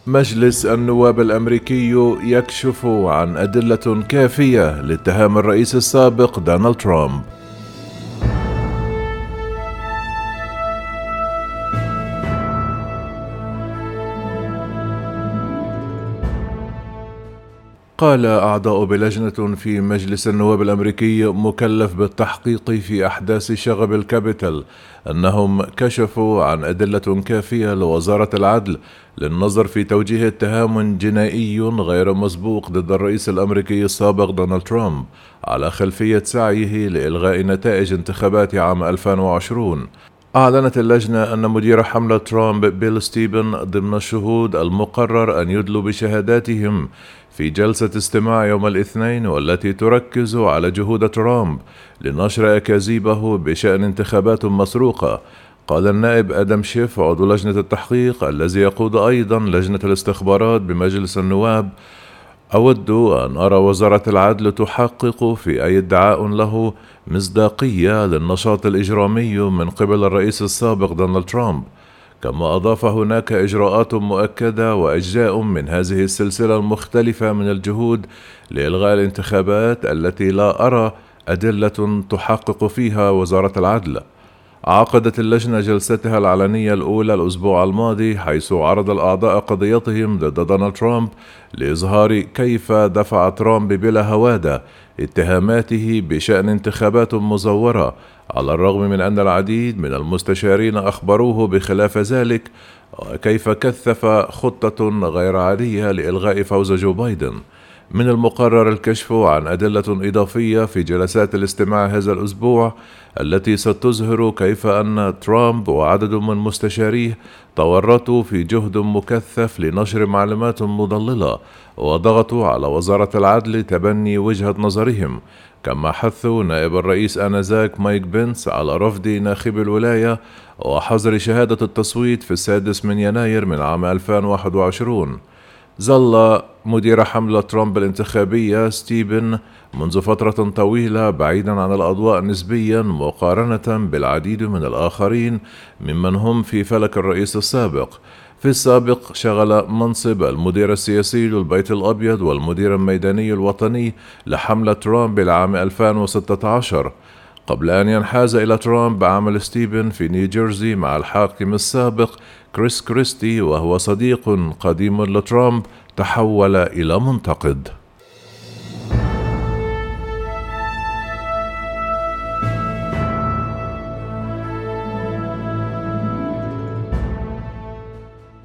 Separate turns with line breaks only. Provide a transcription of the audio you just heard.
مجلس النواب الأمريكي يكشف عن أدلة كافية لاتهام الرئيس السابق دونالد ترامب. قال أعضاء بلجنة في مجلس النواب الأمريكي مكلف بالتحقيق في أحداث شغب الكابيتال أنهم كشفوا عن أدلة كافية لوزارة العدل للنظر في توجيه اتهام جنائي غير مسبوق ضد الرئيس الأمريكي السابق دونالد ترامب على خلفية سعيه لإلغاء نتائج انتخابات عام 2020. أعلنت اللجنة أن مدير حملة ترامب بيل ستيفن ضمن الشهود المقرر أن يدلوا بشهاداتهم في جلسة استماع يوم الاثنين، والتي تركز على جهود ترامب لنشر أكاذيبه بشأن انتخابات مسروقة. قال النائب آدم شيف عضو لجنة التحقيق الذي يقود أيضا لجنة الاستخبارات بمجلس النواب: أود أن أرى وزارة العدل تحقق في أي ادعاء له مصداقية للنشاط الإجرامي من قبل الرئيس السابق دونالد ترامب. كما أضاف: هناك إجراءات مؤكدة وأجزاء من هذه السلسلة المختلفة من الجهود لإلغاء الانتخابات التي لا أرى أدلة تحقق فيها وزارة العدل. عقدت اللجنة جلستها العلنية الأولى الأسبوع الماضي، حيث عرض الأعضاء قضيتهم ضد دونالد ترامب لإظهار كيف دفع ترامب بلا هوادة اتهاماته بشأن انتخابات مزورة، على الرغم من أن العديد من المستشارين أخبروه بخلاف ذلك، وكيف كثف خطة غير عادية لإلغاء فوز جو بايدن. من المقرر الكشف عن أدلة إضافية في جلسات الاستماع هذا الأسبوع، التي ستظهر كيف أن ترامب وعدد من مستشاريه تورطوا في جهد مكثف لنشر معلومات مضللة، وضغطوا على وزارة العدل تبني وجهة نظرهم. كما حثوا نائب الرئيس آنذاك مايك بنس على رفض ناخب الولاية وحظر شهادة التصويت في 6 يناير من عام 2021. ظل مدير حملة ترامب الانتخابية ستيفن منذ فترة طويلة بعيدا عن الأضواء نسبيا مقارنة بالعديد من الآخرين ممن هم في فلك الرئيس السابق. في السابق شغل منصب المدير السياسي للبيت الأبيض والمدير الميداني الوطني لحملة ترامب العام 2016، قبل أن ينحاز إلى ترامب عمل ستيفن في نيوجيرسي مع الحاكم السابق كريس كريستي، وهو صديق قديم لترامب تحول إلى منتقد.